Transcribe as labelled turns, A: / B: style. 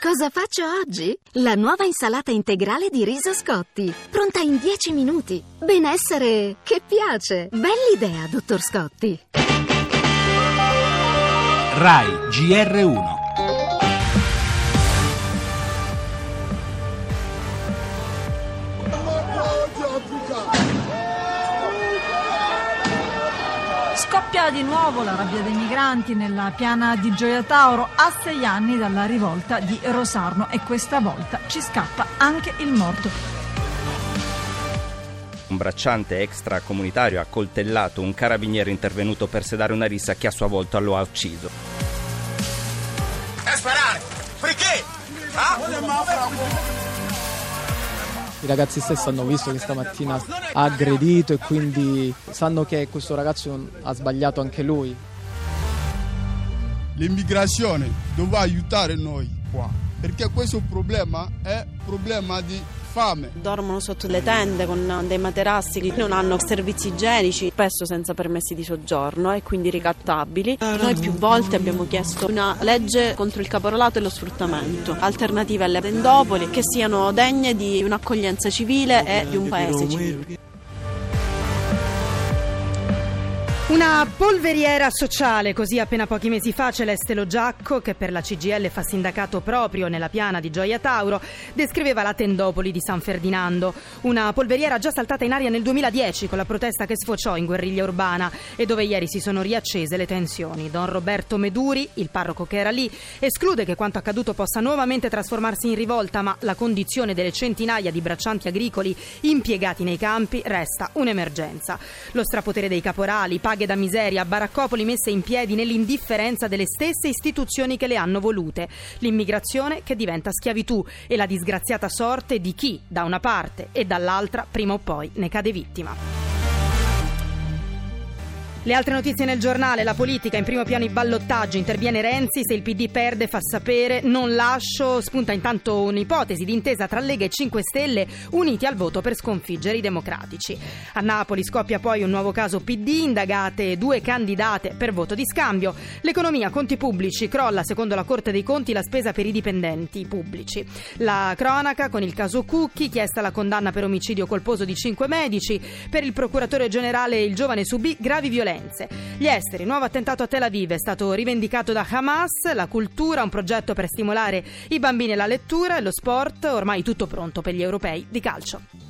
A: Cosa faccio oggi? La nuova insalata integrale di riso Scotti, pronta in 10 minuti. Benessere che piace. Bell'idea, dottor Scotti.
B: Rai GR1.
C: Scoppia di nuovo la rabbia dei migranti nella piana di Gioia Tauro a 6 anni dalla rivolta di Rosarno, e questa volta ci scappa anche il morto.
D: Un bracciante extracomunitario ha coltellato un carabiniere intervenuto per sedare una rissa che a sua volta lo ha ucciso.
E: Sparare! Perché?
F: I ragazzi stessi hanno visto che stamattina ha aggredito e quindi sanno che questo ragazzo ha sbagliato anche lui.
G: L'immigrazione doveva aiutare noi qua, perché questo problema è problema di fame.
H: Dormono sotto le tende con dei materassi, non hanno servizi igienici, spesso senza permessi di soggiorno e quindi ricattabili. Noi più volte abbiamo chiesto una legge contro il caporalato e lo sfruttamento, alternative alle tendopoli che siano degne di un'accoglienza civile e di un paese civile.
I: Una polveriera sociale, così appena pochi mesi fa Celeste Lo Giacco, che per la CGIL fa sindacato proprio nella piana di Gioia Tauro, descriveva la tendopoli di San Ferdinando. Una polveriera già saltata in aria nel 2010 con la protesta che sfociò in guerriglia urbana e dove ieri si sono riaccese le tensioni. Don Roberto Meduri, il parroco che era lì, esclude che quanto accaduto possa nuovamente trasformarsi in rivolta, ma la condizione delle centinaia di braccianti agricoli impiegati nei campi resta un'emergenza. Lo strapotere dei caporali, paghe da miseria, baraccopoli messe in piedi nell'indifferenza delle stesse istituzioni che le hanno volute, l'immigrazione che diventa schiavitù e la disgraziata sorte di chi, da una parte e dall'altra, prima o poi ne cade vittima. Le altre notizie nel giornale: la politica, in primo piano i ballottaggi, interviene Renzi, se il PD perde fa sapere, non lascio, spunta intanto un'ipotesi di intesa tra Lega e 5 Stelle uniti al voto per sconfiggere i democratici. A Napoli scoppia poi un nuovo caso PD, indagate 2 candidate per voto di scambio. L'economia, conti pubblici, crolla secondo la Corte dei Conti la spesa per i dipendenti pubblici. La cronaca con il caso Cucchi, chiesta la condanna per omicidio colposo di 5 medici, per il procuratore generale il giovane subì gravi violenze. Gli esteri, nuovo attentato a Tel Aviv, è stato rivendicato da Hamas. La cultura, un progetto per stimolare i bambini alla lettura, e lo sport, ormai tutto pronto per gli europei di calcio.